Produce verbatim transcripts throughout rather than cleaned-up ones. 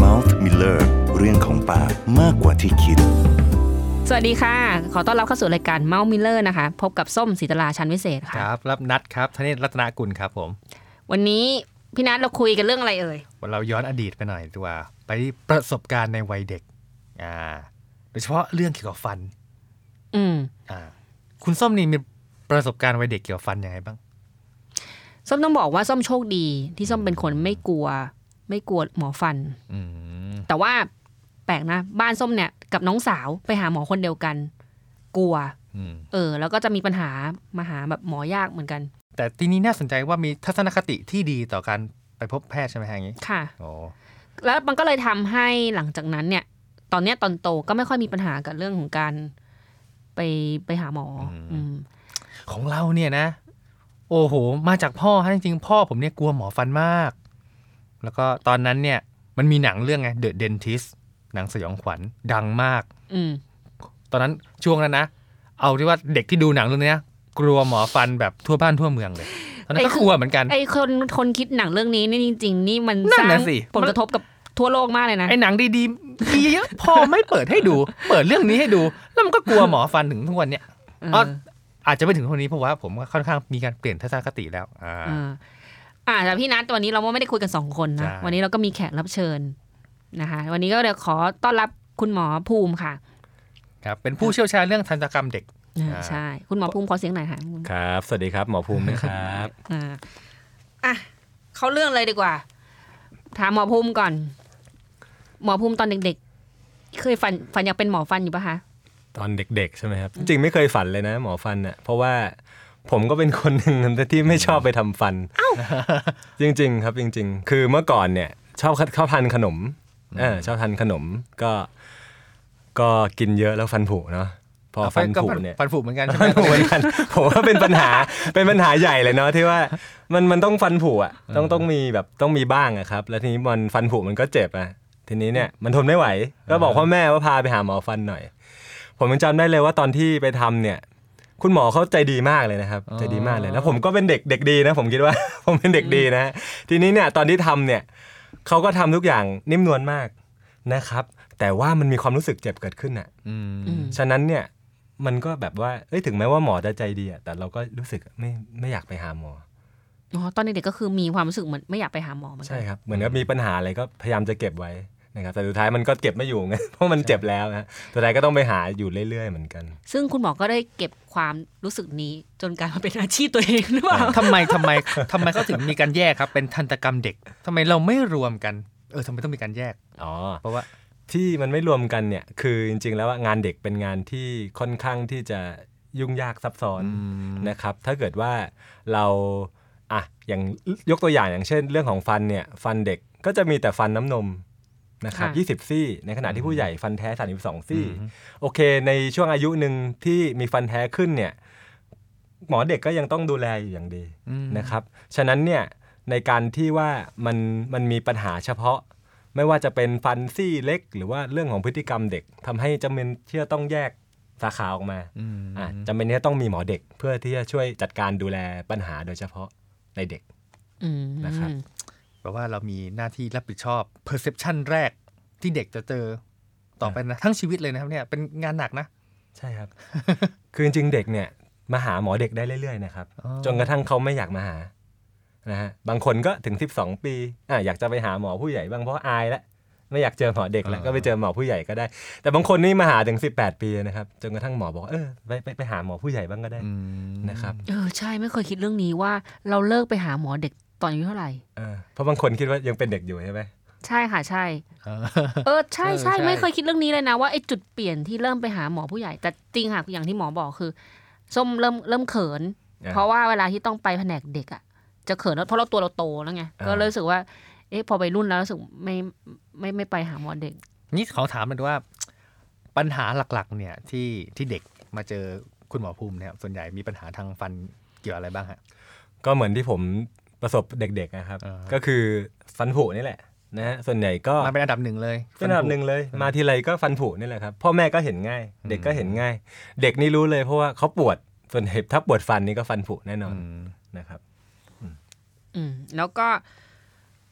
Mouth Miller เรื่องของปากมากกว่าที่คิดสวัสดีค่ะขอต้อนรับเข้าสู่รายการ Mouth Miller นะคะพบกับส้มศรีตลาชั้นวิเศษค่ะครับรับนัดครับธเนศรัตนกุลครับผมวันนี้พี่นัทเราคุยกันเรื่องอะไรเอ่ยวันเราย้อนอดีตไปหน่อยดีกว่าไปประสบการณ์ในวัยเด็กอ่าโดยเฉพาะเรื่องเกี่ยวกับฟันอืมอ่าคุณส้มนี่มีประสบการณ์วัยเด็กเกี่ยวกับฟันยังไงบ้างส้มต้องบอกว่าส้มโชคดีที่ส้มเป็นคนไม่กลัวไม่กลัวหมอฟันแต่ว่าแปลกนะบ้านส้มเนี่ยกับน้องสาวไปหาหมอคนเดียวกันกลัวเออแล้วก็จะมีปัญหามาหาแบบหมอยากเหมือนกันแต่ทีนี้น่าสนใจว่ามีทัศนคติที่ดีต่อการไปพบแพทย์ใช่ไหมฮะอย่างนี้ค่ะโอ้แล้วมันก็เลยทำให้หลังจากนั้นเนี่ยตอนเนี้ยตอนโตก็ไม่ค่อยมีปัญหากับเรื่องของการไปไปหาหมออืมของเราเนี่ยนะโอ้โหมาจากพ่อฮะจริงๆพ่อผมเนี่ยกลัวหมอฟันมากแล้วก็ตอนนั้นเนี่ยมันมีหนังเรื่องไง The Dentist หนังสยองขวัญดังมากอืมตอนนั้นช่วงนั้นนะเอาที่ว่าเด็กที่ดูหนังเรื่องนี้กลัวหมอฟันแบบทั่วบ้านทั่วเมืองเลยตอนนั้นก็กลัวเหมือนกันไอ้คนคนคิดหนังเรื่องนี้นี่จริงๆนี่มันสร้างผลกระทบกับทั่วโลกมากเลยนะไอ้หนังดีๆมีเยอะพอไม่เปิดให้ดูเปิดเรื่องนี้ให้ดูแล้วมันก็กลัวหมอฟันถึงทุกวันเนี้ยอ๋ออาจจะไม่ถึงคนนี้เพราะว่าผมก็ค่อนข้างมีการเปลี่ยนทัศนคติแล้วอ่าอ่าแต่พี่นัทวันนี้เราไม่ได้คุยกันสองคนนะวันนี้เราก็มีแขกรับเชิญนะคะวันนี้ก็เดี๋ยวขอต้อนรับคุณหมอภูมิค่ะครับเป็นผู้เชี่ยวชาญเรื่องทันตกรรมเด็กใช่คุณหมอภูมิขอเสียงหน่อยค่ะครับสวัสดีครับหมอภูมินะครับอ่าอ่ะเข้าเรื่องเลยดีกว่าถามหมอภูมิก่อนหมอภูมิตอนเด็กๆเคยฝันฝันอยากเป็นหมอฟันอยู่ปะคะตอนเด็กๆใช่ไหมครับจริงๆไม่เคยฝันเลยนะหมอฟันน่ะเพราะว่าผมก็เป็นคนหนึ่งที่ไม่ชอบไปทำฟันจริงๆครับจริงๆคือเมื่อก่อนเนี่ยชอบชอบทานขนมเออชอบทานขนมก็ก็กินเยอะแล้วฟันผุเนาะพอฟันผุเนี่ยฟันผุเหมือนกันฟันผุเหมือนกันผมว่าเป็นปัญหาเป็นปัญหาใหญ่เลยเนาะที่ว่ามันมันต้องฟันผุอ่ะต้องต้องมีแบบต้องมีบ้างอะครับแล้วทีนี้มันฟันผุมันก็เจ็บอ่ะทีนี้เนี่ยมันทนไม่ไหวก็บอกพ่อแม่ว่าพาไปหาหมอฟันหน่อยผมยังจำได้เลยว่าตอนที่ไปทำเนี่ยคุณหมอเขาใจดีมากเลยนะครับใจดีมากเลยแล้วผมก็เป็นเด็กเด็กดีนะผมคิดว่าผมเป็นเด็กดีนะทีนี้เนี่ยตอนที่ทำเนี่ยเขาก็ทำทุกอย่างนิ่มนวลมากนะครับแต่ว่ามันมีความรู้สึกเจ็บเกิดขึ้นอ่ะฉะนั้นเนี่ยมันก็แบบว่าเอ้ยถึงแม้ว่าหมอจะใจดีอ่ะแต่เราก็รู้สึกไม่ไม่อยากไปหาหมออ๋อตอนเด็กๆก็คือมีความรู้สึกเหมือนไม่อยากไปหาหมอเหมือนกันใช่ครับเหมือนกับมีปัญหาอะไรก็พยายามจะเก็บไว้นะครับแต่สุดท้ายมันก็เก็บไม่อยู่ไงเพราะมันเจ็บแล้วนะสุดท้ายก็ต้องไปหาอยู่เรื่อยๆเหมือนกันซึ่งคุณหมอก็ได้เก็บความรู้สึกนี้จนกลายมาเป็นอาชีพตัวเองหรือเปล่าทำไมทำไมทำไมเขาถึงมีการแยกครับเป็นทันตกรรมเด็กทำไมเราไม่รวมกันเออทำไมต้องมีการแยกอ๋อเพราะว่าที่มันไม่รวมกันเนี่ยคือจริงๆแล้วงานเด็กเป็นงานที่ค่อนข้างที่จะยุ่งยากซับซ้อนนะครับถ้าเกิดว่าเราอ่ะอย่างยกตัวอย่างอย่างเช่นเรื่องของฟันเนี่ยฟันเด็กก็จะมีแต่ฟันน้ำนมนะครับยี่สิบซี่ในขณะที่ผู้ใหญ่ฟันแท้สามสิบสองซี่โอเคในช่วงอายุนึงที่มีฟันแท้ขึ้นเนี่ยหมอเด็กก็ยังต้องดูแลอยู่อย่างดีนะครับฉะนั้นเนี่ยในการที่ว่ามันมันมีปัญหาเฉพาะไม่ว่าจะเป็นฟันซี่เล็กหรือว่าเรื่องของพฤติกรรมเด็กทำให้จำเป็นที่จะต้องแยกสาขาออกมาอ่าจำเป็นที่จะต้องมีหมอเด็กเพื่อที่จะช่วยจัดการดูแลปัญหาโดยเฉพาะในเด็กนะครับแปลว่าเรามีหน้าที่รับผิดชอบ perception แรกที่เด็กจะเจอต่อไปนะทั้งชีวิตเลยนะครับเนี่ยเป็นงานหนักนะใช่ครับ คือจริงๆเด็กเนี่ยมาหาหมอเด็กได้เรื่อยๆนะครับจนกระทั่งเขาไม่อยากมาหานะฮะบางคนก็ถึงสิบสองปีอ่ะอยากจะไปหาหมอผู้ใหญ่บ้างเพราะอายแล้วไม่อยากเจอหมอเด็กแล้วก็ไปเจอหมอผู้ใหญ่ก็ได้แต่บางคนนี่มาหาถึงสิบแปดปีนะครับจนกระทั่งหมอบอกเออไปไปไปหาหมอผู้ใหญ่บ้างก็ได้นะครับเออใช่ไม่เคยคิดเรื่องนี้ว่าเราเลิกไปหาหมอเด็กตอนอายุเท่าไหร่เออเพราะบางคนคิดว่ายังเป็นเด็กอยู่ใช่ไหมใช่ค่ะใช่เออใช่ใช่ไม่เคยคิดเรื่องนี้เลยนะว่าไอ้จุดเปลี่ยนที่เริ่มไปหาหมอผู้ใหญ่แต่จริงค่ะอย่างที่หมอบอกคือส้มเริ่มเริ่มเขินเพราะว่าเวลาที่ต้องไปแผนกเด็กอ่ะจะเขินเพราะเราตัวเราโตแล้วไงก็รู้สึกว่าเอ๊ะพอไปรุ่นแล้วรู้สึกไม่ไม่ไม่ไปหาหมอเด็กนี่ขอถามมันว่าปัญหาหลักๆเนี่ยที่ที่เด็กมาเจอคุณหมอภูมิเนี่ยส่วนใหญ่มีปัญหาทางฟันเกี่ยวอะไรบ้างฮะก็เหมือนที่ผมประสบเด็กๆนะครับก็คือฟันผุนี่แหละนะฮะส่วนใหญ่ก็มาเป็นอันดับหนึ่งเลยเป็นอันดับหนึ่งเลยมาทีไรก็ฟันผุนี่แหละครับพ่อแม่ก็เห็นง่ายเด็กก็เห็นง่ายเด็กนี่รู้เลยเพราะว่าเขาปวดส่วนใหญ่ถ้าปวดฟันนี่ก็ฟันผุแน่นอนนะครับอืมแล้วก็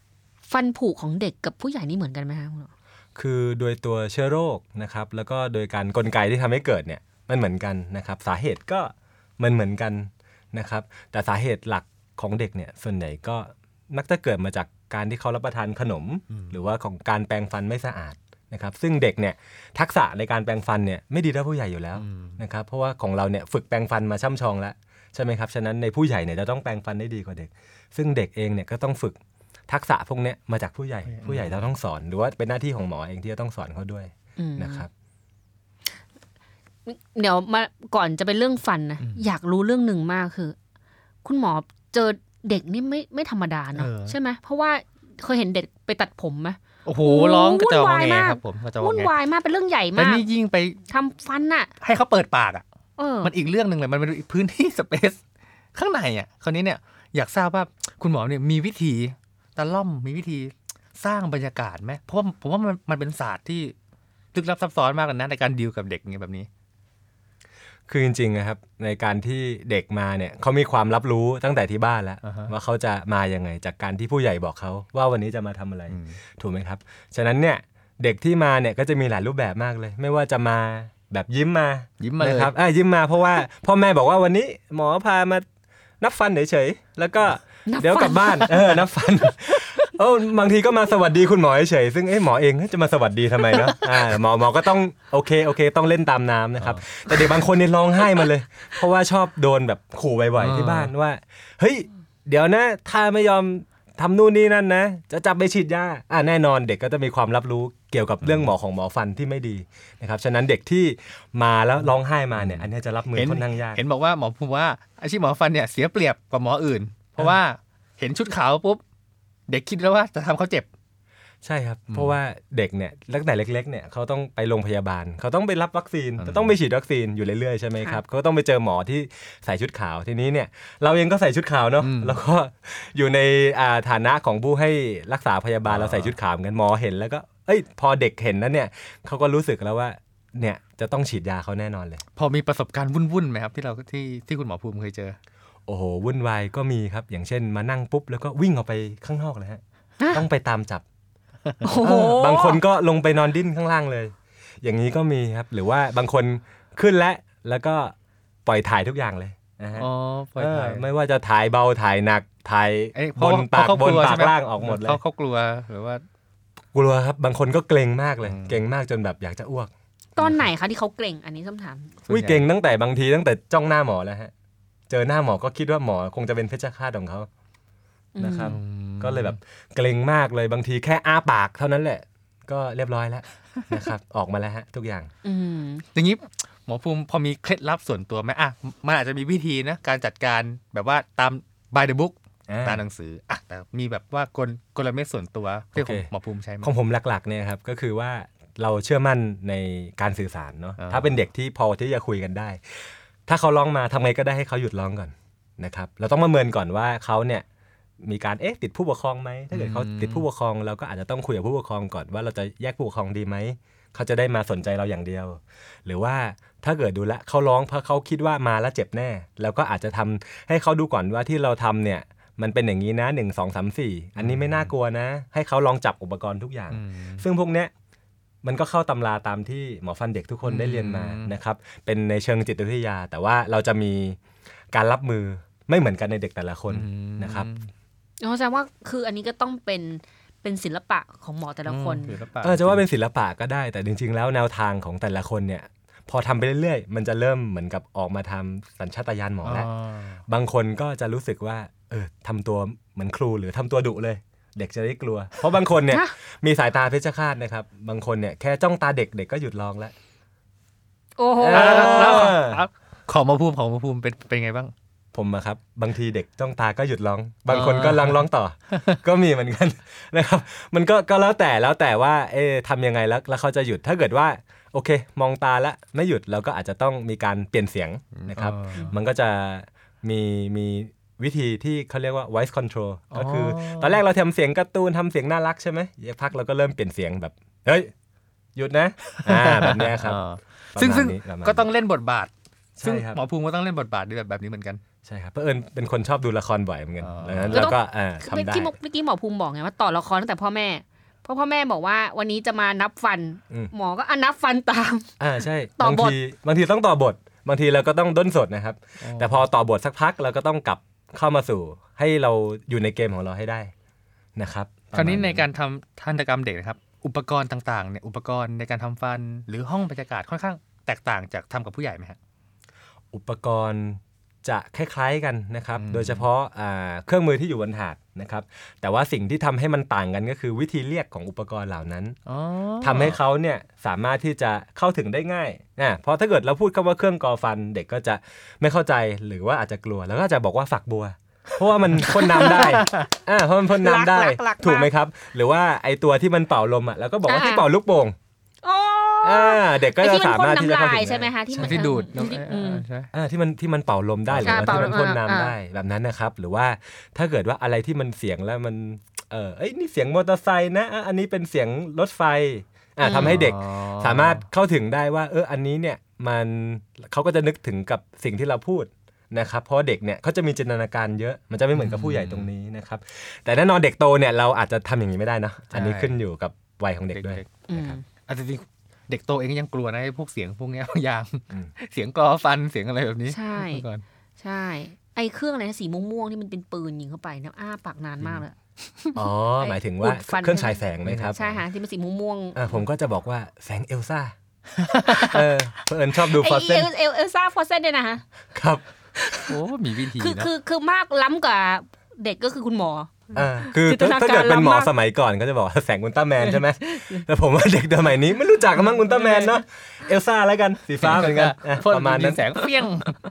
ฟันผุของเด็กกับผู้ใหญ่นี่เหมือนกันไหมคะคุณหมอคือโดยตัวเชื้อโรคนะครับแล้วก็โดยการกลไกที่ทำให้เกิดเนี่ยมันเหมือนกันนะครับสาเหตุก็มันเหมือนกันนะครับแต่สาเหตุหลักของเด็กเนี่ยส่วนใหญ่ก็มักจะเกิดมาจากการที่เขารับประทานขนมหรือว่าของการแปรงฟันไม่สะอาดนะครับซึ่งเด็กเนี่ยทักษะในการแปรงฟันเนี่ยไม่ดีเท่าผู้ใหญ่อยู่แล้วนะครับเพราะว่าของเราเนี่ยฝึกแปรงฟันมาช่ำชองแล้วใช่ไหมครับฉะนั้นในผู้ใหญ่เนี่ยจะต้องแปรงฟันได้ดีกว่าเด็กซึ่งเด็กเองเนี่ยก็ต้องฝึกทักษะพวกนี้มาจากผู้ใหญ่ผู้ใหญ่เราต้องสอนหรือว่าเป็นหน้าที่ของหมอเองที่จะต้องสอนเขาด้วยนะครับเดี๋ยวมาก่อนจะเป็นเรื่องฟันนะอยากรู้เรื่องหนึ่งมากคือคุณหมอเจอเด็กนี่ไม่ไม่ธรรมดาเนอะใช่ไหมเพราะว่าเคยเห็นเด็กไปตัดผมไหมโอ้โหร้องกระจอกแงครับผมกระจอกแงวุ่นวายมากเป็นเรื่องใหญ่มากแล้วนี่ยิ่งไปทำฟันน่ะให้เขาเปิดปากอ่ะมันอีกเรื่องนึงเลยมันเป็นพื้นที่สเปซข้างในอ่ะคราวนี้เนี่ยอยากทราบว่าคุณหมอเนี่ยมีวิธีตะล่อมมีวิธีสร้างบรรยากาศไหมเพราะผมว่ามันมันเป็นศาสตร์ที่ลึกลับซับซ้อนมากเลยนะในการดีลกับเด็กอย่างแบบนี้คือจริงๆนะครับในการที่เด็กมาเนี่ยเขามีความรับรู้ตั้งแต่ที่บ้านแล้ว uh-huh. ว่าเขาจะมายังไงจากการที่ผู้ใหญ่บอกเขาว่าวันนี้จะมาทำอะไร uh-huh. ถูกไหมครับฉะนั้นเนี่ยเด็กที่มาเนี่ยก็จะมีหลายรูปแบบมากเลยไม่ว่าจะมาแบบยิ้มมายิ้มมานะครับอ่ะยิ้มมาเพราะว่าพ่อแม่บอกว่าวันนี้หมอพามานับฟันเฉยๆแล้วก็เดี๋ยวกลับบ้านเออนับฟันเออบางทีก็มาสวัสดีคุณหมอเฉยๆซึ่งเอ๊ะหมอเองจะมาสวัสดีทำไมเนาะอ่าหมอหมอก็ต้องโอเคโอเคต้องเล่นตามน้ำนะครับแต่เด็กบางคนเนี่ยร้องไห้มาเลยเพราะว่าชอบโดนแบบขู่บ่อยๆที่บ้านว่าเฮ้ยเดี๋ยวนะถ้าไม่ยอมทำนู่นนี่นั่นนะจะจับไปฉีดยาอ่าแน่นอนเด็กก็จะมีความรับรู้เกี่ยวกับเรื่องหมอของหมอฟันที่ไม่ดีนะครับฉะนั้นเด็กที่มาแล้วร้องไห้มาเนี่ยอันนี้จะรับมือค่อนข้างยากเห็นบอกว่าหมอพูดว่าอาชีพหมอฟันเนี่ยเสียเปรียบกว่าหมออื่นเพราะว่าเห็นชุดขาวปุ๊บเด็กคิดแล้วว่าจะทำเขาเจ็บใช่ครับเพราะว่าเด็กเนี่ยตั้งแต่เล็กๆเนี่ยเขาต้องไปโรงพยาบาลเขาต้องไปรับวัคซีนต้องไปฉีดวัคซีนอยู่เรื่อยๆใช่ไหมครับเขาต้องไปเจอหมอที่ใส่ชุดขาวทีนี้เนี่ยเราเองก็ใส่ชุดขาวเนาะแล้วก็อยู่ในฐานะของผู้ให้รักษาพยาบาลเราใส่ชุดขาวเหมือนกันหมอเห็นแล้วก็เอ้ยพอเด็กเห็นแล้วเนี่ยเขาก็รู้สึกแล้วว่าเนี่ยจะต้องฉีดยาเขาแน่นอนเลยพอมีประสบการณ์วุ่นๆไหมครับที่เราที่ที่คุณหมอภูมิเคยเจอโอ้โหวุ่นวายก็มีครับอย่างเช่นมานั่งปุ๊บแล้วก็วิ่งออกไปข้างนอกเลยฮะต้องไปตามจับบางคนก็ลงไปนอนดิ้นข้างล่างเลยอย่างนี้ก็มีครับหรือว่าบางคนขึ้นแล้วแล้วก็ปล่อยถ่ายทุกอย่างเลยนะฮะอ๋อปล่อยถ่ายไม่ว่าจะถ่ายเบาถ่ายหนักถ่ายบนปากบนปากล่างออกหมดเลยเขาเขากลัวหรือว่ากลัวครับบางคนก็เกรงมากเลยเกรงมากจนแบบอยากจะอ้วกตอนไหนคะที่เขาเกรงอันนี้ส้มถามอุ้ยเกรงตั้งแต่บางทีตั้งแต่จ้องหน้าหมอแล้วฮะเจอหน้าหมอก็คิดว่าหมอคงจะเป็นเพชฌฆาตของเขานะครับก็เลยแบบเกรงมากเลยบางทีแค่อ้าปากเท่านั้นแหละก็เรียบร้อยแล้วนะครับออกมาแล้วฮะทุกอย่างอย่างนี้หมอภูมิพอมีเคล็ดลับส่วนตัวไหมอ่ะมันอาจจะมีวิธีนะการจัดการแบบว่าตาม by the book ตามหนังสืออ่ะแต่มีแบบว่ากลกลเม็ดส่วนตัวที่หมอภูมิใช้ไหมของผมหลักๆเนี่ยครับก็คือว่าเราเชื่อมั่นในการสื่อสารเนาะถ้าเป็นเด็กที่พอที่จะคุยกันได้ถ้าเขาร้องมาทำไงก็ได้ให้เขาหยุดร้องก่อนนะครับเราต้องประเมินก่อนว่าเขาเนี่ยมีการเอ๊ะติดผู้ปกครองไหมถ้าเกิดเขาติดผู้ปกครองเราก็อาจจะต้องคุยกับผู้ปกครองก่อนว่าเราจะแยกผู้ปกครองดีไหมเขาจะได้มาสนใจเราอย่างเดียวหรือว่าถ้าเกิดดูแลเขาร้องเพราะเขาคิดว่ามาแล้วเจ็บแน่แล้วก็อาจจะทำให้เขาดูก่อนว่าที่เราทำเนี่ยมันเป็นอย่างนี้นะหนึ่ง สอง สาม สี่อันนี้ไม่น่ากลัวนะให้เขาลองจับอุปกรณ์ทุกอย่างซึ่งพวกเนี้ยมันก็เข้าตำราตามที่หมอฟันเด็กทุกคนได้เรียนมานะครับเป็นในเชิงจิตวิทยาแต่ว่าเราจะมีการรับมือไม่เหมือนกันในเด็กแต่ละคนนะครับอ๋อแสดงว่าคืออันนี้ก็ต้องเป็นเป็นศิลปะของหมอแต่ละคนเออจะว่าเป็นศิลปะก็ได้แต่จริงๆแล้วแนวทางของแต่ละคนเนี่ยพอทำไปเรื่อยๆมันจะเริ่มเหมือนกับออกมาทำสัญชาตญาณหมอแล้วบางคนก็จะรู้สึกว่าเออทำตัวเหมือนครูหรือทำตัวดุเลยเด็กจะได้กลัวเพราะบางคนเนี่ยมีสายตาเพชฌฆาตนะครับบางคนเนี่ยแค่จ้องตาเด็กเด็กก็หยุดร้องแล้วโอ้โหของหมอภูมิของหมอภูมิเป็นเป็นไงบ้างผมอะครับบางทีเด็กจ้องตาก็หยุดร้องบางคนก็ลังร้องต่อก็มีเหมือนกันนะครับมันก็ก็แล้วแต่แล้วแต่ว่าเอ๊ะทำยังไงแล้วแล้วเขาจะหยุดถ้าเกิดว่าโอเคมองตาแล้วไม่หยุดเราก็อาจจะต้องมีการเปลี่ยนเสียงนะครับมันก็จะมีมีวิธีที่เขาเรียกว่า voice control ก็คือตอนแรกเราทำเสียงการ์ตูนทำเสียงน่ารักใช่ไหมอีกพักเราก็เริ่มเปลี่ยนเสียงแบบเฮ้ยหยุดนะอ่าแบบนี้ครับซึ่งซึ่งก็ต้องเล่นบทบาทซึ่งหมอภูมิก็ต้องเล่นบทบาทแบบแบบนี้เหมือนกันใช่ครับเพราะเอิญเป็นคนชอบดูละครบ่อยเหมือนกันดังนั้นเราก็ทำได้ที่เมื่อกี้หมอภูมิบอกไงว่าต่อละครตั้งแต่พ่อแม่เพราะพ่อแม่บอกว่าวันนี้จะมานับฟันหมอก็อ่ะนับฟันตามอ่าใช่บางทีบางทีต้องต่อบทบางทีเราก็ต้องด้นสดนะครับแต่พอต่อบทสักพักเราก็ต้องกลับเข้ามาสู่ให้เราอยู่ในเกมของเราให้ได้นะครับคราวนี้ในการทำทันตกรรมเด็กนะครับอุปกรณ์ต่างๆเนี่ยอุปกรณ์ในการทำฟันหรือห้องบรรยากาศค่อนข้างแตกต่างจากทำกับผู้ใหญ่ไหมครับอุปกรณ์จะคล้ายๆกันนะครับโดยเฉพาะเครื่องมือที่อยู่บนถาดนะครับแต่ว่าสิ่งที่ทำให้มันต่างกันก็คือวิธีเรียกของอุปกรณ์เหล่านั้นทำให้เขาเนี่ยสามารถที่จะเข้าถึงได้ง่ายนะเพราะถ้าเกิดเราพูดคำว่าเครื่องกอฟันเด็กก็จะไม่เข้าใจหรือว่าอาจจะกลัวแล้วก็จะบอกว่าฝักบัวเพราะว่ามันพ่นน้ำได้อ่าเพราะมันพ่นน้ำได้ถูกไหมครับหรือว่าไอตัวที่มันเป่าลมอ่ะแล้วก็บอกว่าที่เป่าลูกโป่งอ่าเด็กก็จะสามารถที่จะเข้าถึงใช่ไหมคะที่มันที่ดูดอ่าที่มันที่มันเป่าลมได้หรือว่าที่มันพ่นน้ำได้แบบนั้นนะครับหรือว่าถ้าเกิดว่าอะไรที่มันเสียงแล้วมันเออเอ้ยนี่เสียงมอเตอร์ไซค์นะอันนี้เป็นเสียงรถไฟอ่าทำให้เด็กสามารถเข้าถึงได้ว่าเอออันนี้เนี่ยมันเขาก็จะนึกถึงกับสิ่งที่เราพูดนะครับเพราะเด็กเนี่ยเขาจะมีจินตนาการเยอะมันจะไม่เหมือนกับผู้ใหญ่ตรงนี้นะครับแต่แน่นอนเด็กโตเนี่ยเราอาจจะทำอย่างนี้ไม่ได้นะอันนี้ขึ้นอยู่กับวัยของเด็กด้วยนะครับอาจจะเด็กโตเองยังกลัวนะไอ้พวกเสียงพวกนี้ยางเสียงกรอฟันเสียงอะไรแบบนี้ใช่ใช่ไอ้เครื่องอะไรนะสีม่วงๆที่มันเป็นปืนยิงเข้าไปนะอ้าปากนานมากเลยอ๋อหมายถึงว่าเครื่องฉายแสงไหมครับใช่ค่ะที่มันสีม่วงๆผมก็จะบอกว่าแสงเอลซ่าเออเพื่อนชอบดูฟอสเซนเอลเอลซ่าฟอสเซนเนี่ยนะคะครับโอ้มีวิธีคือคือคือมากล้ำกว่าเด็กก็คือคุณหมออ่าคือถ้าเกิดเป็นหมอสมัยก่อนก็จะบอกแสงอุลตร้าแมนใช่ไหมแต่ผมว่าเด็กสมัยนี้ไม่รู้จักกันมั้งอุลตร้าแมนเนาะเอลซ่าแล้วกันสีฟ้าเหมือนกันประมาณนั้นแสงเปี้ยง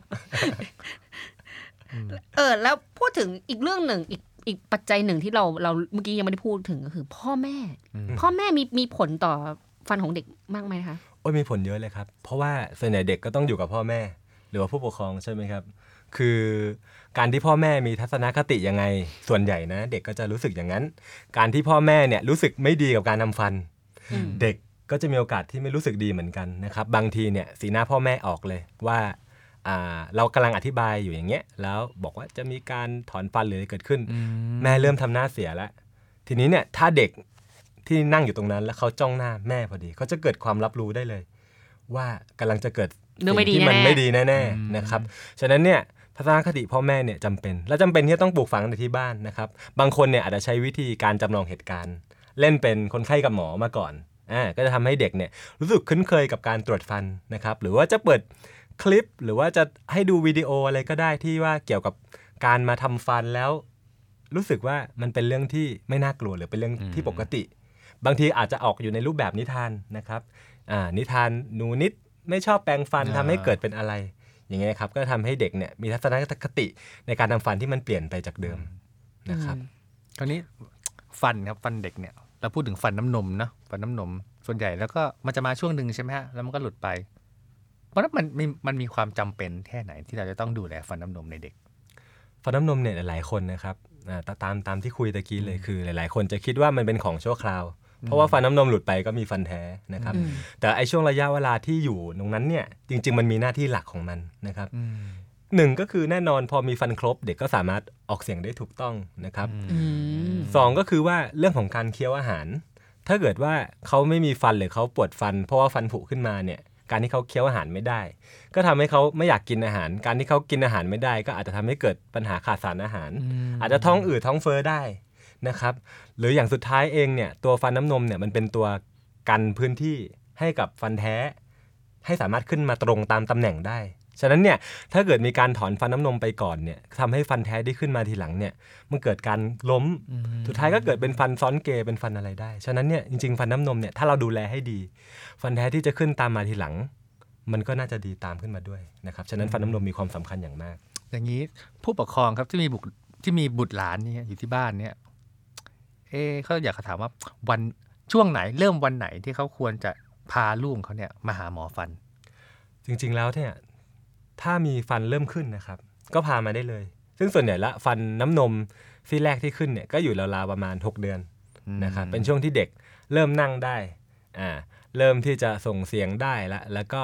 เออแล้วพูดถึงอีกเรื่องหนึ่งอีกอีกปัจจัยหนึ่งที่เราเราเมื่อกี้ยังไม่ได้พูดถึงก็คือพ่อแม่พ่อแม่มีมีผลต่อฟันของเด็กมากไหมคะโอ้ยมีผลเยอะเลยครับเพราะว่าส่วนใหญ่เด็กก็ต้องอยู่กับพ่อแม่หรือว่าผู้ปกครองใช่ไหมครับคือการที่พ่อแม่มีทัศนคติยังไงส่วนใหญ่นะเด็กก็จะรู้สึกอย่างนั้นการที่พ่อแม่เนี่ยรู้สึกไม่ดีกับการทำฟันเด็กก็จะมีโอกาสที่ไม่รู้สึกดีเหมือนกันนะครับบางทีเนี่ยสีหน้าพ่อแม่ออกเลยว่าเรากำลังอธิบายอยู่อย่างเงี้ยแล้วบอกว่าจะมีการถอนฟันหรืออะไรเกิดขึ้นแม่เริ่มทำหน้าเสียแล้วทีนี้เนี่ยถ้าเด็กที่นั่งอยู่ตรงนั้นแล้วเขาจ้องหน้าแม่พอดีเขาจะเกิดความรับรู้ได้เลยว่ากำลังจะเกิดสิ่งที่มันไม่ดีแน่ๆนะครับฉะนั้นเนี่ยทัศนคติพ่อแม่เนี่ยจำเป็นและจำเป็นที่ต้องปลูกฝังในที่บ้านนะครับบางคนเนี่ยอาจจะใช้วิธีการจำลองเหตุการณ์เล่นเป็นคนไข้กับหมอมาก่อนอ่าก็จะทำให้เด็กเนี่ยรู้สึกคุ้นเคยกับการตรวจฟันนะครับหรือว่าจะเปิดคลิปหรือว่าจะให้ดูวิดีโออะไรก็ได้ที่ว่าเกี่ยวกับการมาทำฟันแล้วรู้สึกว่ามันเป็นเรื่องที่ไม่น่ากลัวหรือเป็นเรื่องที่ปกติบางทีอาจจะออกอยู่ในรูปแบบนิทานนะครับอ่านิทานหนูนิดไม่ชอบแปรงฟันทำให้เกิดเป็นอะไรอย่างเงี้ยครับก็ทำให้เด็กเนี่ยมีทัศนคติในการทำฟันที่มันเปลี่ยนไปจากเดิมนะครับคราวนี้ฟันครับฟันเด็กเนี่ยเราพูดถึงฟันน้ำนมนะฟันน้ำนมส่วนใหญ่แล้วก็มันจะมาช่วงหนึ่งใช่ไหมฮะแล้วมันก็หลุดไปเพราะนั้นมันมีมันมีความจำเป็นแค่ไหนที่เราจะต้องดูแลฟันน้ำนมในเด็กฟันน้ำนมเนี่ยหลายๆคนนะครับตามตามที่คุยตะกี้เลยคือหลายๆคนจะคิดว่ามันเป็นของชั่วคราวเพราะว่าฟันน้ำนมหลุดไปก็มีฟันแท้นะครับแต่ไอ้ช่วงระยะเวลาที่อยู่ตรงนั้นเนี่ยจริงๆมันมีหน้าที่หลักของมันนะครับหนึ่งก็คือแน่นอนพอมีฟันครบเด็กก็สามารถออกเสียงได้ถูกต้องนะครับสองก็คือว่าเรื่องของการเคี้ยวอาหารถ้าเกิดว่าเขาไม่มีฟันหรือเขาปวดฟันเพราะว่าฟันผุขึ้นมาเนี่ยการที่เขาเคี้ยวอาหารไม่ได้ก็ทำให้เขาไม่อยากกินอาหารการที่เขากินอาหารไม่ได้ก็อาจจะทำให้เกิดปัญหาขาดสารอาหารอาจจะท้องอืดท้องเฟ้อได้นะครับหรืออย่างสุดท้ายเองเนี่ยตัวฟันน้ำนมเนี่ยมันเป็นตัวกันพื้นที่ให้กับฟันแท้ให้สามารถขึ้นมาตรงตามตำแหน่งได้ฉะนั้นเนี่ยถ้าเกิดมีการถอนฟันน้ำนมไปก่อนเนี่ยทำให้ฟันแท้ที่ขึ้นมาทีหลังเนี่ยมันเกิดการล้มสุดท้ายก็เกิดเป็นฟันซ้อนเกยเป็นฟันอะไรได้ฉะนั้นเนี่ยจริงๆฟันน้ำนมเนี่ยถ้าเราดูแลให้ดีฟันแท้ที่จะขึ้นตามมาทีหลังมันก็น่าจะดีตามขึ้นมาด้วยนะครับฉะนั้นฟันน้ำนมมีความสำคัญอย่างมากอย่างนี้ผู้ปกครองครับที่มีบุตรที่มีบุตรหลานนี่อยู่ที่บ้านเนี่ยเอ๊เขาอยากถามว่าวันช่วงไหนเริ่มวันไหนที่เขาควรจะพาลูกเขาเนี่ยมาหาหมอฟันจริงๆแล้วเนี่ยถ้ามีฟันเริ่มขึ้นนะครับก็พามาได้เลยซึ่งส่วนใหญ่ละฟันน้ำนมซี่แรกที่ขึ้นเนี่ยก็อยู่ราวๆประมาณหกเดือนนะครับเป็นช่วงที่เด็กเริ่มนั่งได้อ่าเริ่มที่จะส่งเสียงได้ละแล้วก็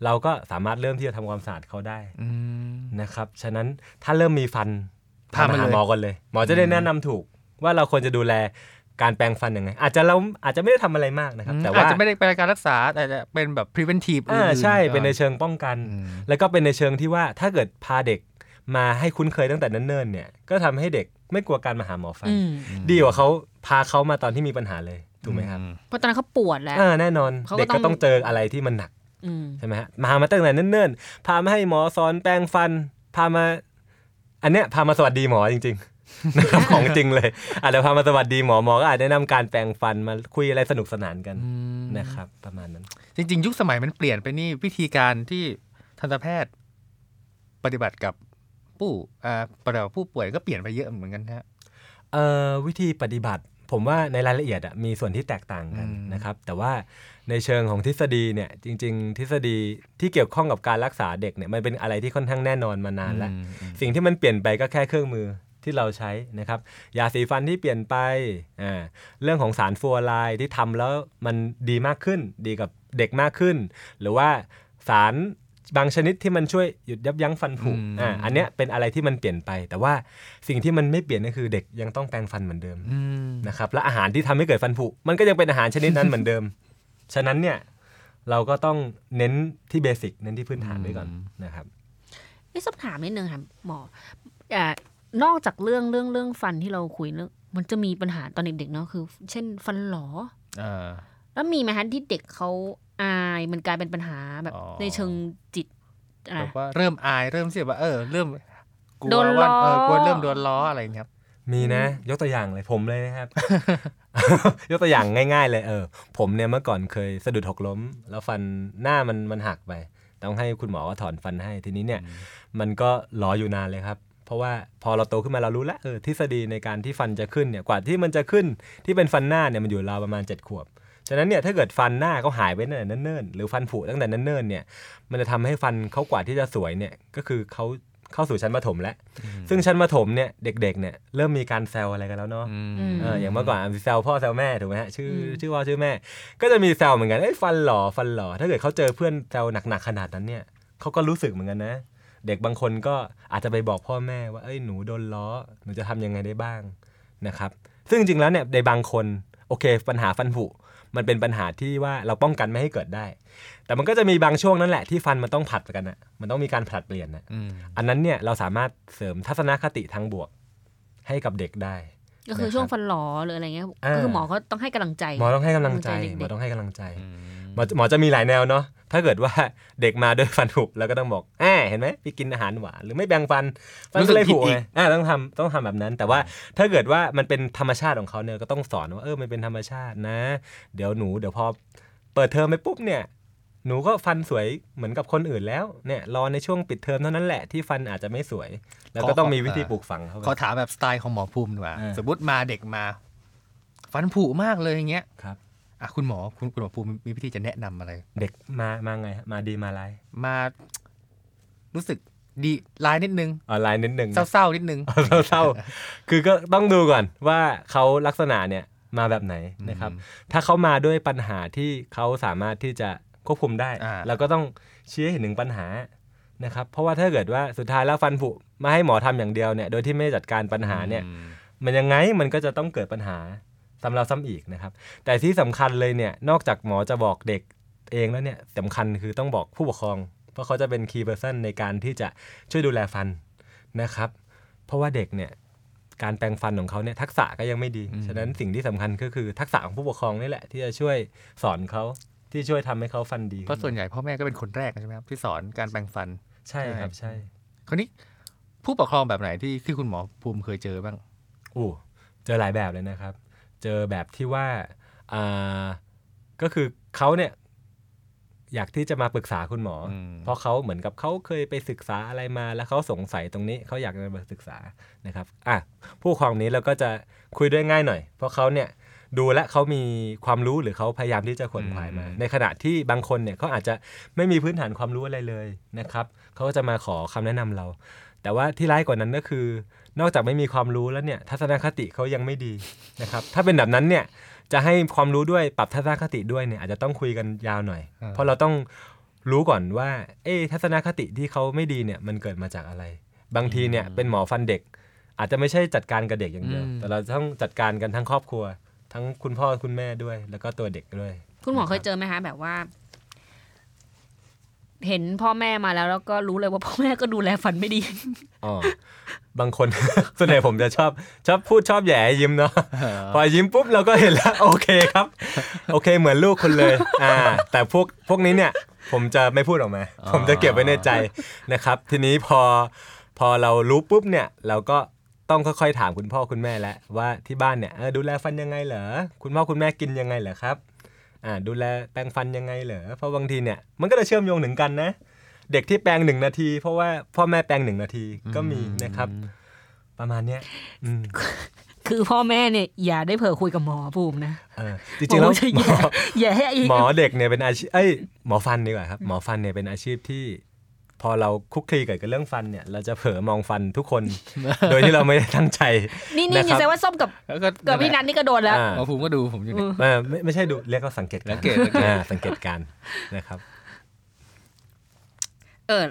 เราก็สามารถเริ่มที่จะทำความสะอาดเขาได้นะครับฉะนั้นถ้าเริ่มมีฟันพามาหาหมอกันเลยหมอจะได้แนะนำถูกว่าเราควรจะดูแลการแปรงฟันยังไงอาจจะเราอาจจะไม่ได้ทำอะไรมากนะครับแต่ว่าอาจจะไม่ได้เป็นการรักษาแต่จะเป็นแบบ preventive อ่าใช่เป็นในเชิงป้องกันแล้วก็เป็นในเชิงที่ว่าถ้าเกิดพาเด็กมาให้คุ้นเคยตั้งแต่เนิ่นๆเนี่ยก็ทำให้เด็กไม่กลัวการมาหาหมอฟันดีกว่าเขาพาเขามาตอนที่มีปัญหาเลยถูกไหมครับเพราะตอนนั้นเขาปวดแล้วอ่าแน่นอนเด็กก็ต้องเจออะไรที่มันหนักใช่ไหมฮะมามาตั้งแต่เนิ่นๆพามาให้หมอสอนแปรงฟันพามาอันเนี้ยพามาสวัสดีหมอจริงๆนะครับของจริงเลยอาจจะพามาสวัสดีหมอหมอก็อาจจะแนะนำการแปรงฟันมาคุยอะไรสนุกสนานกันนะครับประมาณนั้นจริงๆยุคสมัยมันเปลี่ยนไปนี่วิธีการที่ทันตแพทย์ปฏิบัติกับผู้อ่าปฏิบัติผู้ป่วยก็เปลี่ยนไปเยอะเหมือนกันฮะเอ่อวิธีปฏิบัติผมว่าในรายละเอียดอ่ะมีส่วนที่แตกต่างกันนะครับแต่ว่าในเชิงของทฤษฎีเนี่ยจริงๆทฤษฎีที่เกี่ยวข้องกับการรักษาเด็กเนี่ยมันเป็นอะไรที่ค่อนข้างแน่นอนมานานแล้วสิ่งที่มันเปลี่ยนไปก็แค่เครื่องมือที่เราใช้นะครับยาสีฟันที่เปลี่ยนไปอ่าเรื่องของสารฟลูออไรด์ที่ทำแล้วมันดีมากขึ้นดีกับเด็กมากขึ้นหรือว่าสารบางชนิดที่มันช่วยหยุดยับยั้งฟันผุอ่าอันเนี้ยเป็นอะไรที่มันเปลี่ยนไปแต่ว่าสิ่งที่มันไม่เปลี่ยนก็คือเด็กยังต้องแปรงฟันเหมือนเดิมนะครับและอาหารที่ทำให้เกิดฟันผุมันก็ยังเป็นอาหารชนิดนั้นเหมือนเดิมฉะนั้นเนี่ยเราก็ต้องเน้นที่เบสิกเน้นที่พื้นฐานไว้ก่อนนะครับนี่สอบถามนิดนึงค่ะหมออ่านอกจากเรื่องเรื่องเรื่องฟันที่เราคุยเรื่องมันจะมีปัญหาตอนเด็กๆเนาะคือเช่นฟันหลออ่าแล้วมีไหมคะที่เด็กเขาอายมันกลายเป็นปัญหาแบบในเชิงจิตแบบว่าเริ่มอายเริ่มเสียว่าเออเริ่มกลัวว่าเออกลัวเริ่มโดนล้ออะไรครับมีนะยกตัวอย่างเลยผมเลยนะครับ ยกตัวอย่างง่ายๆเลยเออผมเนี่ยเมื่อก่อนเคยสะดุดหกล้มแล้วฟันหน้ามันมันหักไปต้องให้คุณหมอถอนฟันให้ทีนี้เนี่ยมันก็รออยู่นานเลยครับเพราะว่าพอเราโตขึ้นมาเรารู้แล้วเออทฤษฎีในการที่ฟันจะขึ้นเนี่ยกว่าที่มันจะขึ้นที่เป็นฟันหน้าเนี่ยมันอยู่ราวประมาณเจ็ดขวบฉะนั้นเนี่ยถ้าเกิดฟันหน้าเขาหายไปตั้งแต่เนิ่นๆหรือฟันผุตั้งแต่เนิ่นๆเนี่ยมันจะทำให้ฟันเขากว่าที่จะสวยเนี่ยก็คือเขาเข้าสู่ชั้นประถมแล้วซึ่งชั้นประถมเนี่ยเด็กๆเนี่ยเริ่มมีการแซวอะไรกันแล้วเนาะเอออย่างเมื่อก่อนแซวพ่อแซวแม่ถูกไหมฮะชื่อชื่อว่าชื่อแม่ก็จะมีแซวเหมือนกันเอ้ยฟันหล่อฟันหล่อถ้าเกิดเขาเจอเพื่อนแซวหนักๆขนาดนั้นเนี่ยเขาก็รู้สึกเหมือนกันนะเด็กบางคนก็อาจจะไปบอกพ่อแม่ว่าเอ้ยหนูโดนล้อหนูจะทำยังไงได้บ้างนะครับซึ่งจริงแล้วเนี่ยในบางคนโอเคปัญหาฟันผุมันเป็นปัญหาที่ว่าเราป้องกันไม่ให้เกิดได้แต่มันก็จะมีบางช่วงนั่นแหละที่ฟันมันต้องผลัดกันนะมันต้องมีการผลัดเปลี่ยนนะ อ, อันนั้นเนี่ยเราสามารถเสริมทัศนคติทางบวกให้กับเด็กได้ก็คือช่วงฟันหลอหรืออะไรเงี้ยก็คือหมอก็ต้องให้กำลังใจหมอต้องให้กำลังใจหมอต้องให้กำลังใจหมอหมอจะมีหลายแนวเนาะถ้าเกิดว่าเด็กมาด้วยฟันผุแล้วก็ต้องบอกแอบเห็นไหมไปกินอาหารหวานหรือไม่แบ่งฟันฟันก็เลยผุไงอ่าต้องทำต้องทำแบบนั้นแต่ว่าถ้าเกิดว่ามันเป็นธรรมชาติของเขาเนี่ยก็ต้องสอนว่าเออมันเป็นธรรมชาตินะเดี๋ยวหนูเดี๋ยวพอเปิดเทอมไปปุ๊บเนี่ยหนูก็ฟันสวยเหมือนกับคนอื่นแล้วเนี่ยรอในช่วงปิดเทอมเท่านั้นแหละที่ฟันอาจจะไม่สวยแล้วก็ต้องมีวิธีปลูกฝังเขาขอถามแบบสไตล์ของหมอภูมิดีกว่าสมมติมาเด็กมาฟันผุมากเลยอย่างเงี้ยครับอ่ะคุณหมอคุณคุณหมอภูมิมีวิธีจะแนะนำอะไรเด็กมามาไงมาดีมาลายมารู้สึกดีลายนิดนึงอ๋อลายนิดนึงเศร้าๆนิดนึงเศร้าๆคือก็ต้องดูก่อนว่าเขาลักษณะเนี่ยมาแบบไหนนะครับถ้าเขามาด้วยปัญหาที่เขาสามารถที่จะควบคุมได้เราก็ต้องชี้ให้เห็นถึงปัญหานะครับเพราะว่าถ้าเกิดว่าสุดท้ายแล้วฟันผุมาให้หมอทำอย่างเดียวเนี่ยโดยที่ไม่จัดการปัญหาเนี่ยมันยังไงมันก็จะต้องเกิดปัญหาซ้ำแล้วซ้ำอีกนะครับแต่ที่สำคัญเลยเนี่ยนอกจากหมอจะบอกเด็กเองแล้วเนี่ยสำคัญคือต้องบอกผู้ปกครองเพราะเขาจะเป็น key person ในการที่จะช่วยดูแลฟันนะครับเพราะว่าเด็กเนี่ยการแปรงฟันของเขาเนี่ยทักษะก็ยังไม่ดีฉะนั้นสิ่งที่สำคัญก็คือทักษะของผู้ปกครองนี่แหละที่จะช่วยสอนเขาที่ช่วยทำให้เขาฟันดีเพราะส่วนใหญ่พ่อแม่ก็เป็นคนแรกใช่ไหมครับที่สอนการแปรงฟันใช่ครับใช่คราวนี้ผู้ปกครองแบบไหนที่ที่คุณหมอภูมิเคยเจอบ้างโอ้เจอหลายแบบเลยนะครับเจอแบบที่ว่าอ่าก็คือเขาเนี่ยอยากที่จะมาปรึกษาคุณหมอเพราะเขาเหมือนกับเขาเคยไปศึกษาอะไรมาแล้วเขาสงสัยตรงนี้เขาอยากจะมาศึกษานะครับอ่ะผู้ปกครองนี้เราก็จะคุยด้วยง่ายหน่อยเพราะเขาเนี่ยดูและเขามีความรู้หรือเขาพยายามที่จะขวนขวายมาในขณะที่บางคนเนี่ยเขาอาจจะไม่มีพื้นฐานความรู้อะไรเลยนะครับเขาก็จะมาขอคำแนะนำเราแต่ว่าที่ร้ายกว่านั้นก็คือนอกจากไม่มีความรู้แล้วเนี่ยทัศนคติเขายังไม่ดีนะครับถ้าเป็นแบบนั้นเนี่ยจะให้ความรู้ด้วยปรับทัศนคติด้วยเนี่ยอาจจะต้องคุยกันยาวหน่อยเพราะเราต้องรู้ก่อนว่าเอ๊ะทัศนคติที่เขาไม่ดีเนี่ยมันเกิดมาจากอะไรบางทีเนี่ยเป็นหมอฟันเด็กอาจจะไม่ใช่จัดการกับเด็กอย่างเดียวแต่เราต้องจัดการกันทั้งครอบครัวทั้งคุณพ่อคุณแม่ด้วยแล้วก็ตัวเด็กด้วยคุณหมอเคยเจอไหมคะแบบว่าเห็นพ่อแม่มาแล้วแล้วก็รู้เลยว่าพ่อแม่ก็ดูแลฟันไม่ดีอ๋อบางคน ส่วนใหญ่ผมจะชอบชอบพูดชอบแหย่ยิ้มเนาะ พอยิ้มปุ๊บเราก็เห็นแล้วโอเคครับโอเคเหมือนลูกคุณเลยอ่าแต่พวกพวกนี้เนี่ยผมจะไม่พูดออกมาผมจะเก็บไว้ในใจนะครับทีนี้พอพอเรารู้ปุ๊บเนี่ยเราก็ต้องค่อยๆถามคุณพ่อคุณแม่แล้วว่าที่บ้านเนี่ยดูแลฟันยังไงเหรอคุณพ่อคุณแม่กินยังไงเหรอครับอ่าดูแลแปรงฟันยังไงเหรอเพราะบางทีเนี่ยมันก็จะเชื่อมโยงถึงกันนะเด็กที่แปรงหนึ่งนาทีเพราะว่าพ่อแม่แปรงหนึ่งนาทีก็มีนะครับประมาณเนี้ยคือพ่อแม่เนี่ยอย่าได้เผลอคุยกับหมอภูมินะจริงๆแล้วหมออย่าให้หมอเด็กเนี่ยเป็นอาชีพเอ้ยหมอฟันดีกว่าครับหมอฟันเนี่ยเป็นอาชีพที่พอเราคุกคลีกับเรื่องฟันเนี่ยเราจะเผลอมองฟันทุกคน โดยที่เราไม่ได้ตั้งใจนี่นี่อย่าแซวว่าส้มกับกับพี่นัทนี่ก็โดนแล้วหมอภูมิก็ดูผมอยู่นี่ไม่ไม่ใช่ดูเรียกว่าสังเกตสังเกตสังเกตการนะครับเออ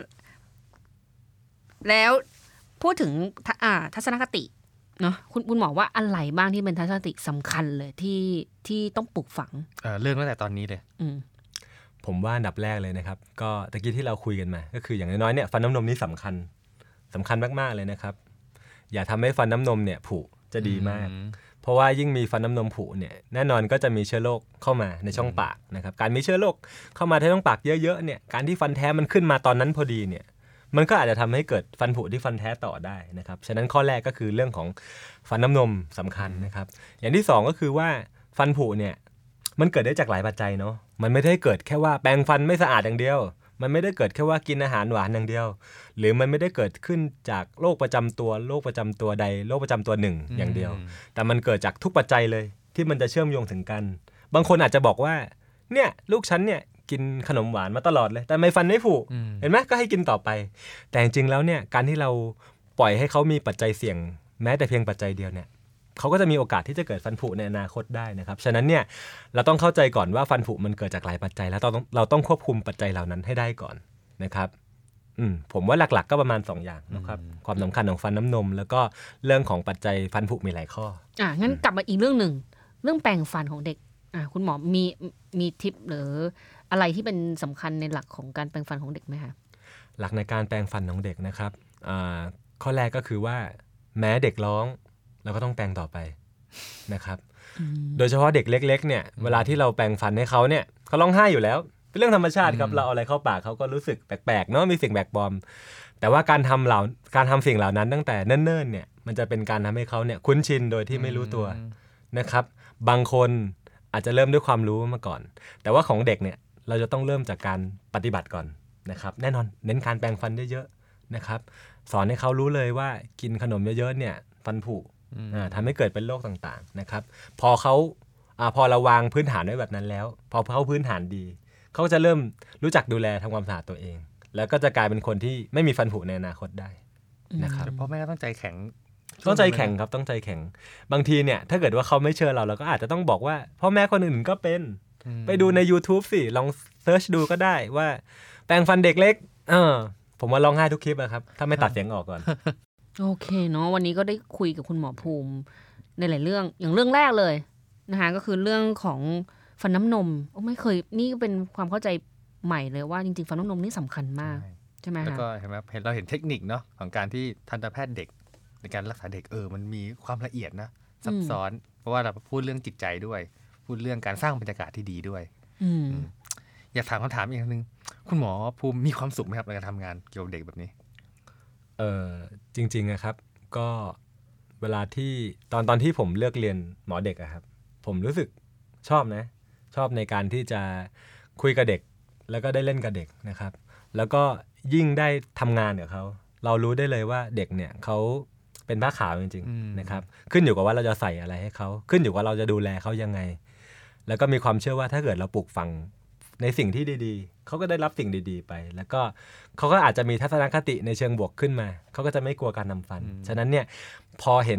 แล้วพูดถึงอ่าทัศนคติเนาะคุณคุณหมอว่าอะไรบ้างที่เป็นทัศนคติสำคัญเลยที่ที่ต้องปลูกฝังเออเรื่องตั้งแต่ตอนนี้เลยอืมผมว่าอันดับแรกเลยนะครับก็ตะกี้ที่เราคุยกันมาก็คืออย่างน้อยๆเนี่ยฟันน้ำนมนี่สำคัญสำคัญมากๆเลยนะครับอย่าทำให้ฟันน้ำนมเนี่ยผุจะดีมากเพราะว่ายิ่งมีฟันน้ำนมผุเนี่ยแน่นอนก็จะมีเชื้อโรคเข้ามาในช่องปากนะครับการมีเชื้อโรคเข้ามาในช่องปากเยอะๆเนี่ยการที่ฟันแท้มันขึ้นมาตอนนั้นพอดีเนี่ยมันก็อาจจะทำให้เกิดฟันผุที่ฟันแท้ต่อได้นะครับฉะนั้นข้อแรกก็คือเรื่องของฟันน้ำนมสำคัญนะครับอย่างที่สองก็คือว่าฟันผุเนี่ยมันเกิดได้จากหลายปัจจัยเนาะมันไม่ได้เกิดแค่ว่าแปรงฟันไม่สะอาดอย่างเดียวมันไม่ได้เกิดแค่ว่ากินอาหารหวานอย่างเดียวหรือมันไม่ได้เกิดขึ้นจากโรคประจำตัวโรคประจำตัวใดโรคประจำตัวหนึ่งอย่างเดียวแต่มันเกิดจากทุกปัจจัยเลยที่มันจะเชื่อมโยงถึงกันบางคนอาจจะบอกว่าเนี่ยลูกฉันเนี่ยกินขนมหวานมาตลอดเลยแต่ไม่ฟันไม่ผุเห็นไหมก็ให้กินต่อไปแต่จริงๆแล้วเนี่ยการที่เราปล่อยให้เขามีปัจจัยเสี่ยงแม้แต่เพียงปัจจัยเดียวเนี่ยเขาก็จะมีโอกาสที่จะเกิดฟันผุในอนาคตได้นะครับฉะนั้นเนี่ยเราต้องเข้าใจก่อนว่าฟันผุมันเกิดจากหลายปัจจัยแล้วเราต้องเราต้องควบคุมปัจจัยเหล่านั้นให้ได้ก่อนนะครับอืมผมว่าหลักๆก็ประมาณสองอย่างนะครับความสำคัญของฟันน้ำนมแล้วก็เรื่องของปัจจัยฟันผุมีหลายข้ออ่ะงั้นกลับมาอีกเรื่องนึงเรื่องแปรงฟันของเด็กอ่ะคุณหมอมีมีทิปหรืออะไรที่เป็นสำคัญในหลักของการแปรงฟันของเด็กไหมคะหลักในการแปรงฟันของเด็กนะครับอ่าข้อแรกก็คือว่าแม้เด็กร้องเราก็ต้องแปรงต่อไปนะครับโดยเฉพาะเด็กเล็กๆเนี่ยเวลาที่เราแปรงฟันให้เขาเนี่ยเขาร้องไห้อยู่แล้วเป็นเรื่องธรรมชาติครับเราเอาอะไรเข้าปากเขาก็รู้สึกแปลกๆเนาะมีสิ่งแปลกปลอมแต่ว่าการทำเหล่าการทำสิ่งเหล่านั้นตั้งแต่เนิ่นๆเนี่ยมันจะเป็นการทำให้เขาเนี่ยคุ้นชินโดยที่ไม่รู้ตัวนะครับบางคนอาจจะเริ่มด้วยความรู้มาก่อนแต่ว่าของเด็กเนี่ยเราจะต้องเริ่มจากการปฏิบัติก่อนนะครับแน่นอนเน้นการแปรงฟันเยอะๆนะครับสอนให้เขารู้เลยว่ากินขนมเยอะๆเนี่ยฟันผุทำให้เกิดเป็นโรคต่างๆนะครับพอเขาพอเราวางพื้นฐานไว้แบบนั้นแล้วพอเขาพื้นฐานดีเขาจะเริ่มรู้จักดูแลทำความสะอาดตัวเองแล้วก็จะกลายเป็นคนที่ไม่มีฟันผุในอนาคตได้นะครับพ่อแม่ก็ต้องใจแข็งต้องใจแข็งครับต้องใจแข็งบางทีเนี่ยถ้าเกิดว่าเขาไม่เชื่อเราเราก็อาจจะต้องบอกว่าพ่อแม่คนอื่นก็เป็นไปดูใน YouTube สิลองเซิร์ชดูก็ได้ว่าแปรงฟันเด็กเล็กเออผมว่าร้องไห้ทุกคลิปอะครับถ้าไม่ตัดเสียงออกก่อนโอเคเนาะวันนี้ก็ได้คุยกับคุณหมอภูมิในหลายเรื่องอย่างเรื่องแรกเลยนะคะก็คือเรื่องของฟันน้ำนมโอ้ไม่เคยนี่ก็เป็นความเข้าใจใหม่เลยว่าจริงๆฟันน้ำนมนี่สำคัญมากใช่ไหมคะแล้วก็เห็นไหมเห็นเราเห็นเทคนิคเนาะของการที่ทันตแพทย์เด็กในการรักษาเด็กเออมันมีความละเอียดนะซับซ้อนเพราะว่าเราพูดเรื่องจิตใจด้วยพูดเรื่องการสร้างบรรยากาศที่ดีด้วยอยากถามคำถามอีกนึงคุณหมอภูมิมีความสุขไหมครับในการทำงานเกี่ยวกับเด็กแบบนี้เออจริงๆนะครับก็เวลาที่ตอนตอนที่ผมเลือกเรียนหมอเด็กอะครับผมรู้สึกชอบนะชอบในการที่จะคุยกับเด็กแล้วก็ได้เล่นกับเด็กนะครับแล้วก็ยิ่งได้ทำงานกับเขาเรารู้ได้เลยว่าเด็กเนี่ยเขาเป็นผ้าขาวจริงๆนะครับขึ้นอยู่กับว่าเราจะใส่อะไรให้เขาขึ้นอยู่กับเราจะดูแลเขายังไงแล้วก็มีความเชื่อว่าถ้าเกิดเราปลูกฝังในสิ่งที่ดีๆเขาก็ได้รับสิ่งดีๆไปแล้วก็เขาก็อาจจะมีทัศนคติในเชิงบวกขึ้นมาเขาก็จะไม่กลัวการทำฟันฉะนั้นเนี่ยพอเห็น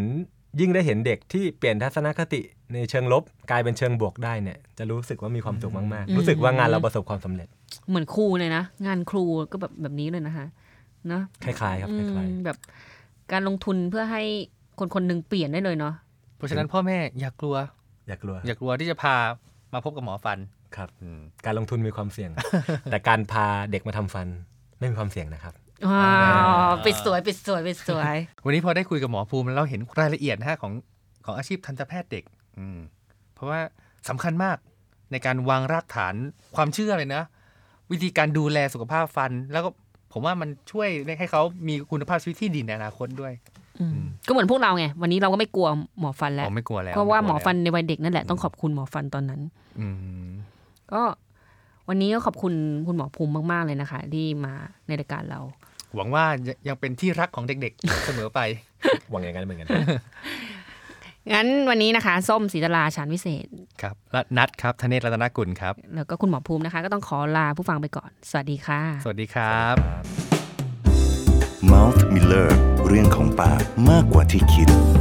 ยิ่งได้เห็นเด็กที่เปลี่ยนทัศนคติในเชิงลบกลายเป็นเชิงบวกได้เนี่ยจะรู้สึกว่ามีความสุขมากๆรู้สึกว่างานเราประสบความสำเร็จเหมือนครูเลยนะงานครูก็แบบแบบนี้เลยนะคะเนาะคล้ายๆครับคล้ายๆแบบการลงทุนเพื่อให้คนคนหนึ่งเปลี่ยนได้เลยเนาะเพราะฉะนั้นพ่อแม่อย่ากลัวอย่ากลัวอย่ากลัวที่จะพามาพบกับหมอฟันครับการลงทุนมีความเสี่ยง แต่การพาเด็กมาทำฟันไม่มีความเสี่ยงนะครับอ๋อปิดสวยปิดสวยปิดสวยวันนี้พอได้คุยกับหมอภูมิเราเห็นรายละเอียดนะฮะของของอาชีพทันตแพทย์เด็กเพราะว่าสำคัญมากในการวางรากฐานความเชื่อเลยนะวิธีการดูแลสุขภาพฟันแล้วก็ผมว่ามันช่วยให้เขามีคุณภาพชีวิตที่ดีในอนาคตด้วยก็เหมือนพวกเราไงวันนี้เราก็ไม่กลัวหมอฟันแล้วไม่กลัวแล้วเพราะว่าหมอฟันในวัยเด็กนั่นแหละต้องขอบคุณหมอฟันตอนนั้นก็วันนี้ก็ขอบคุณคุณหมอภูมิมากๆเลยนะคะที่มาในรายการเราหวังว่ายังเป็นที่รักของเด็กๆเสมอไปหวังอย่างนั้นเหมือนกันงั้นวันนี้นะคะส้มศรีตลาชานวิเศษครับและนัทครับธเนศรัตนกุลครับแล้วก็คุณหมอภูมินะคะก็ต้องขอลาผู้ฟังไปก่อนสวัสดีค่ะสวัสดีครับ Mouth Miller เรื่องของปากมากกว่าที่คิด